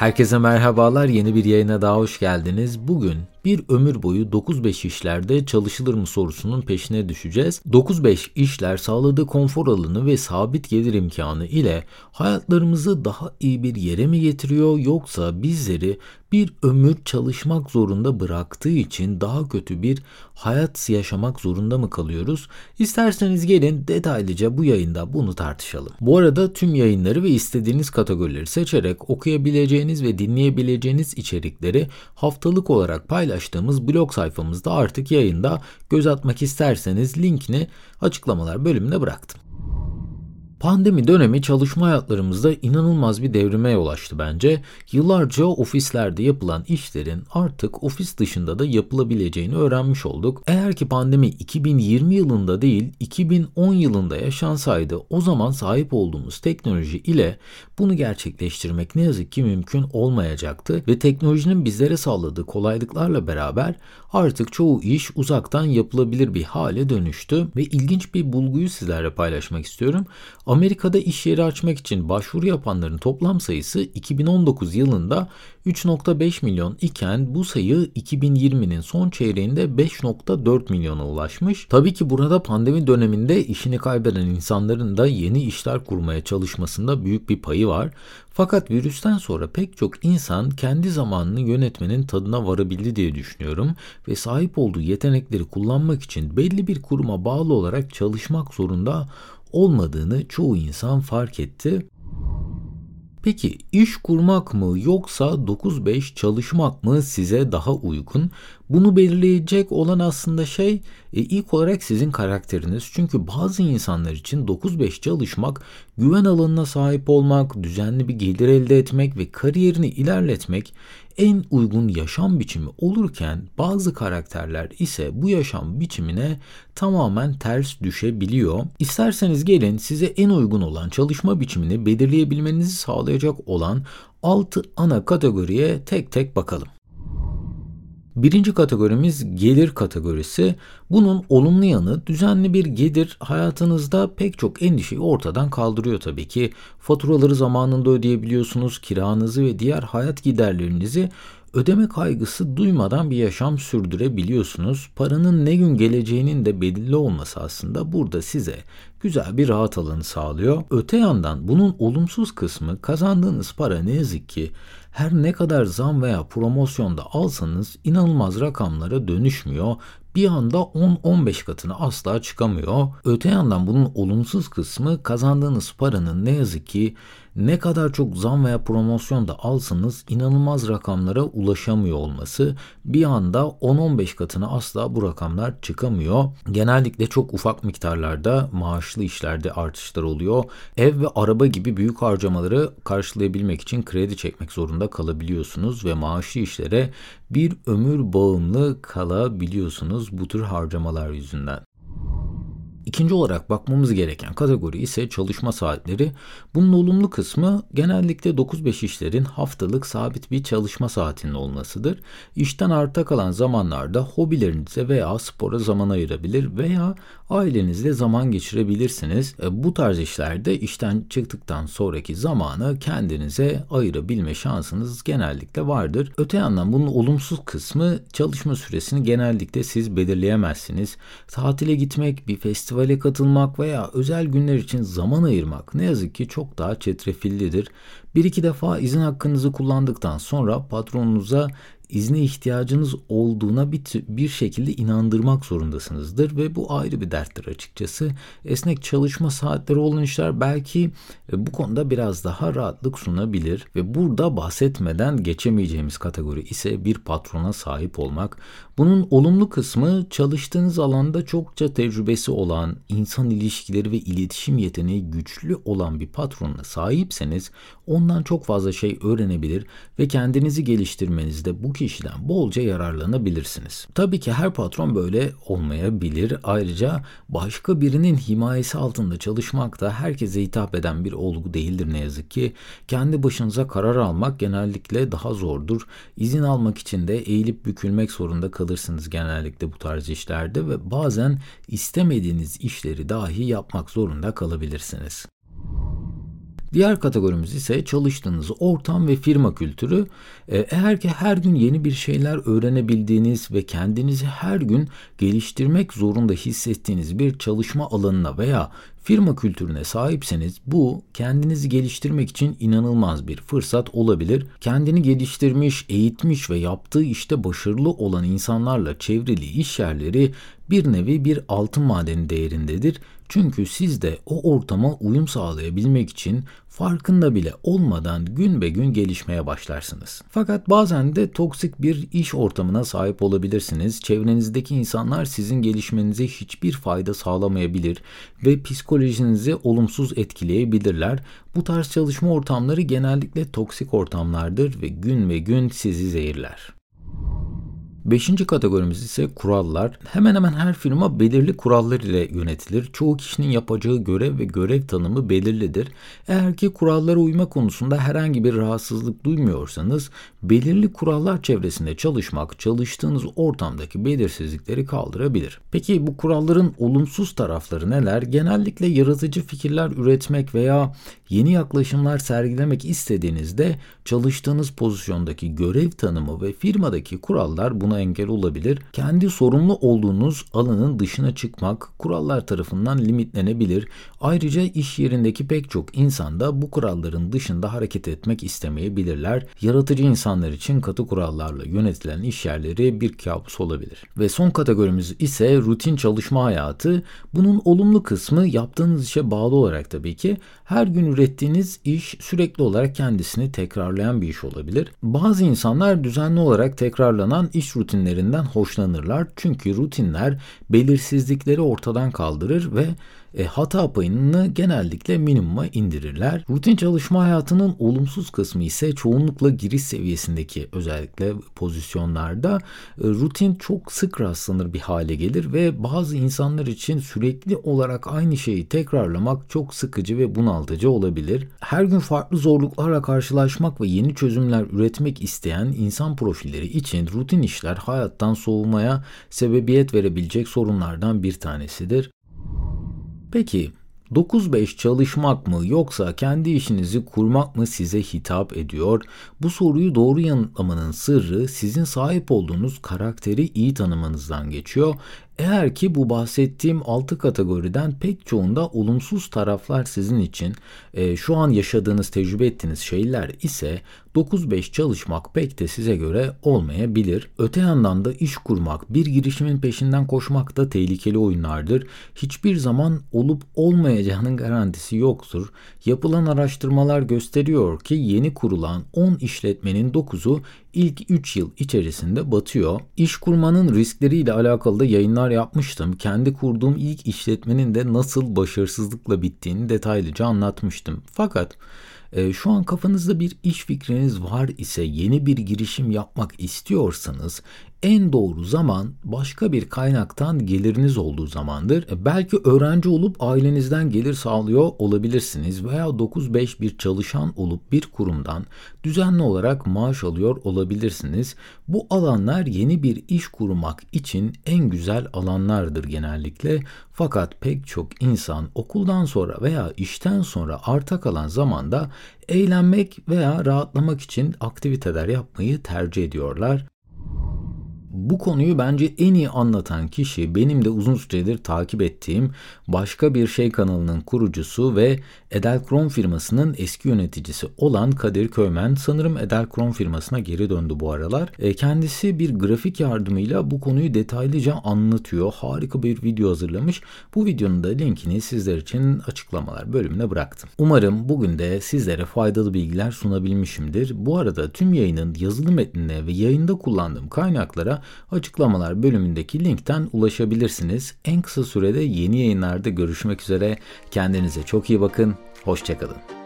Herkese merhabalar, yeni bir yayına daha hoş geldiniz. Bugün bir ömür boyu 9-5 işlerde çalışılır mı sorusunun peşine düşeceğiz. 9-5 işler sağladığı konfor alanı ve sabit gelir imkanı ile hayatlarımızı daha iyi bir yere mi getiriyor, yoksa bizleri bir ömür çalışmak zorunda bıraktığı için daha kötü bir hayat yaşamak zorunda mı kalıyoruz? İsterseniz gelin detaylıca bu yayında bunu tartışalım. Bu arada tüm yayınları ve istediğiniz kategorileri seçerek okuyabileceğiniz ve dinleyebileceğiniz içerikleri haftalık olarak paylaştığımız blog sayfamızda artık yayında göz atmak isterseniz linkini açıklamalar bölümüne bıraktım. Pandemi dönemi çalışma hayatlarımızda inanılmaz bir devrime yol açtı bence. Yıllarca ofislerde yapılan işlerin artık ofis dışında da yapılabileceğini öğrenmiş olduk. Eğer ki pandemi 2020 yılında değil 2010 yılında yaşansaydı, o zaman sahip olduğumuz teknoloji ile bunu gerçekleştirmek ne yazık ki mümkün olmayacaktı ve teknolojinin bizlere sağladığı kolaylıklarla beraber artık çoğu iş uzaktan yapılabilir bir hale dönüştü ve ilginç bir bulguyu sizlerle paylaşmak istiyorum. Amerika'da iş yeri açmak için başvuru yapanların toplam sayısı 2019 yılında 3,5 milyon iken bu sayı 2020'nin son çeyreğinde 5,4 milyona ulaşmış. Tabii ki burada pandemi döneminde işini kaybeden insanların da yeni işler kurmaya çalışmasında büyük bir payı var. Fakat virüsten sonra pek çok insan kendi zamanını yönetmenin tadına varabildi diye düşünüyorum ve sahip olduğu yetenekleri kullanmak için belli bir kuruma bağlı olarak çalışmak zorunda olmadığını çoğu insan fark etti. Peki iş kurmak mı yoksa 9-5 çalışmak mı size daha uygun? Bunu belirleyecek olan aslında ilk olarak sizin karakteriniz. Çünkü bazı insanlar için 9-5 çalışmak, güven alanına sahip olmak, düzenli bir gelir elde etmek ve kariyerini ilerletmek en uygun yaşam biçimi olurken bazı karakterler ise bu yaşam biçimine tamamen ters düşebiliyor. İsterseniz gelin size en uygun olan çalışma biçimini belirleyebilmenizi sağlayacak olan 6 ana kategoriye tek tek bakalım. Birinci kategorimiz gelir kategorisi. Bunun olumlu yanı, düzenli bir gelir hayatınızda pek çok endişeyi ortadan kaldırıyor tabii ki. Faturaları zamanında ödeyebiliyorsunuz, kiranızı ve diğer hayat giderlerinizi ödeme kaygısı duymadan bir yaşam sürdürebiliyorsunuz. Paranın ne gün geleceğinin de belirli olması aslında burada size güzel bir rahat alanı sağlıyor. Öte yandan bunun olumsuz kısmı, kazandığınız para ne yazık ki her ne kadar zam veya promosyonda alsanız inanılmaz rakamlara dönüşmüyor. Bir anda 10-15 katına asla çıkamıyor. Öte yandan bunun olumsuz kısmı, kazandığınız paranın ne yazık ki ne kadar çok zam veya promosyonda alsanız inanılmaz rakamlara ulaşamıyor olması. Bir anda 10-15 katına asla bu rakamlar çıkamıyor. Genellikle çok ufak miktarlarda maaşlı işlerde artışlar oluyor. Ev ve araba gibi büyük harcamaları karşılayabilmek için kredi çekmek zorunda kalabiliyorsunuz ve maaşlı işlere bir ömür bağımlı kalabiliyorsunuz bu tür harcamalar yüzünden. İkinci olarak bakmamız gereken kategori ise çalışma saatleri. Bunun olumlu kısmı genellikle 9-5 işlerin haftalık sabit bir çalışma saatinin olmasıdır. İşten arta kalan zamanlarda hobilerinize veya spora zaman ayırabilir veya ailenizle zaman geçirebilirsiniz. Bu tarz işlerde işten çıktıktan sonraki zamanı kendinize ayırabilme şansınız genellikle vardır. Öte yandan bunun olumsuz kısmı, çalışma süresini genellikle siz belirleyemezsiniz. Tatile gitmek, bir festivale katılmak veya özel günler için zaman ayırmak ne yazık ki çok daha çetrefillidir. Bir iki defa izin hakkınızı kullandıktan sonra patronunuza izne ihtiyacınız olduğuna bir şekilde inandırmak zorundasınızdır ve bu ayrı bir derttir açıkçası. Esnek çalışma saatleri olan işler belki bu konuda biraz daha rahatlık sunabilir ve burada bahsetmeden geçemeyeceğimiz kategori ise bir patrona sahip olmak. Bunun olumlu kısmı, çalıştığınız alanda çokça tecrübesi olan, insan ilişkileri ve iletişim yeteneği güçlü olan bir patrona sahipseniz ondan çok fazla şey öğrenebilir ve kendinizi geliştirmenizde bu kişiden bolca yararlanabilirsiniz. Tabii ki her patron böyle olmayabilir. Ayrıca başka birinin himayesi altında çalışmak da herkese hitap eden bir olgu değildir ne yazık ki. Kendi başınıza karar almak genellikle daha zordur. İzin almak için de eğilip bükülmek zorunda kalırsınız genellikle bu tarz işlerde ve bazen istemediğiniz işleri dahi yapmak zorunda kalabilirsiniz. Diğer kategorimiz ise çalıştığınız ortam ve firma kültürü. Eğer ki her gün yeni bir şeyler öğrenebildiğiniz ve kendinizi her gün geliştirmek zorunda hissettiğiniz bir çalışma alanına veya firma kültürüne sahipseniz bu kendinizi geliştirmek için inanılmaz bir fırsat olabilir. Kendini geliştirmiş, eğitmiş ve yaptığı işte başarılı olan insanlarla çevrili iş yerleri bir nevi bir altın madeni değerindedir. Çünkü siz de o ortama uyum sağlayabilmek için farkında bile olmadan gün be gün gelişmeye başlarsınız. Fakat bazen de toksik bir iş ortamına sahip olabilirsiniz. Çevrenizdeki insanlar sizin gelişmenize hiçbir fayda sağlamayabilir ve psikolojinizi olumsuz etkileyebilirler. Bu tarz çalışma ortamları genellikle toksik ortamlardır ve gün ve gün sizi zehirler. Beşinci kategorimiz ise kurallar. Hemen hemen her firma belirli kurallar ile yönetilir. Çoğu kişinin yapacağı görev ve görev tanımı belirlidir. Eğer ki kurallara uyma konusunda herhangi bir rahatsızlık duymuyorsanız, belirli kurallar çevresinde çalışmak, çalıştığınız ortamdaki belirsizlikleri kaldırabilir. Peki bu kuralların olumsuz tarafları neler? Genellikle yaratıcı fikirler üretmek veya yeni yaklaşımlar sergilemek istediğinizde çalıştığınız pozisyondaki görev tanımı ve firmadaki kurallar buna engel olabilir. Kendi sorumlu olduğunuz alanın dışına çıkmak kurallar tarafından limitlenebilir. Ayrıca iş yerindeki pek çok insan da bu kuralların dışında hareket etmek istemeyebilirler. Yaratıcı insanlar için katı kurallarla yönetilen iş yerleri bir kabus olabilir. Ve son kategorimiz ise rutin çalışma hayatı. Bunun olumlu kısmı yaptığınız işe bağlı olarak tabii ki her gün ürettiğiniz iş sürekli olarak kendisini tekrarlayan bir iş olabilir. Bazı insanlar düzenli olarak tekrarlanan iş rutinlerinden hoşlanırlar. Çünkü rutinler belirsizlikleri ortadan kaldırır ve hata payını genellikle minimuma indirirler. Rutin çalışma hayatının olumsuz kısmı ise çoğunlukla giriş seviyesindeki özellikle pozisyonlarda rutin çok sık rastlanır bir hale gelir ve bazı insanlar için sürekli olarak aynı şeyi tekrarlamak çok sıkıcı ve bunaltıcı olabilir. Her gün farklı zorluklarla karşılaşmak ve yeni çözümler üretmek isteyen insan profilleri için rutin işler hayattan soğumaya sebebiyet verebilecek sorunlardan bir tanesidir. Peki 9-5 çalışmak mı yoksa kendi işinizi kurmak mı size hitap ediyor? Bu soruyu doğru yanıtlamanın sırrı sizin sahip olduğunuz karakteri iyi tanımanızdan geçiyor. Eğer ki bu bahsettiğim 6 kategoriden pek çoğunda olumsuz taraflar sizin için şu an yaşadığınız, tecrübe ettiğiniz şeyler ise 9-5 çalışmak pek de size göre olmayabilir. Öte yandan da iş kurmak, bir girişimin peşinden koşmak da tehlikeli oyunlardır. Hiçbir zaman olup olmayacağının garantisi yoktur. Yapılan araştırmalar gösteriyor ki yeni kurulan 10 işletmenin 9'u ilk 3 yıl içerisinde batıyor. İş kurmanın riskleriyle alakalı da yayınlar yapmıştım. Kendi kurduğum ilk işletmenin de nasıl başarısızlıkla bittiğini detaylıca anlatmıştım. Fakat şu an kafanızda bir iş fikriniz var ise yeni bir girişim yapmak istiyorsanız en doğru zaman başka bir kaynaktan geliriniz olduğu zamandır. Belki öğrenci olup ailenizden gelir sağlıyor olabilirsiniz veya 9-5 bir çalışan olup bir kurumdan düzenli olarak maaş alıyor olabilirsiniz. Bu alanlar yeni bir iş kurmak için en güzel alanlardır genellikle. Fakat pek çok insan okuldan sonra veya işten sonra arta kalan zamanda eğlenmek veya rahatlamak için aktiviteler yapmayı tercih ediyorlar. Bu konuyu bence en iyi anlatan kişi benim de uzun süredir takip ettiğim Başka Bir Şey kanalının kurucusu ve Edelkron firmasının eski yöneticisi olan Kadir Köymen. Sanırım Edelkron firmasına geri döndü bu aralar. Kendisi bir grafik yardımıyla bu konuyu detaylıca anlatıyor. Harika bir video hazırlamış. Bu videonun da linkini sizler için açıklamalar bölümüne bıraktım. Umarım bugün de sizlere faydalı bilgiler sunabilmişimdir. Bu arada tüm yayının yazılı metnine ve yayında kullandığım kaynaklara açıklamalar bölümündeki linkten ulaşabilirsiniz. En kısa sürede yeni yayınlarda görüşmek üzere. Kendinize çok iyi bakın. Hoşça kalın.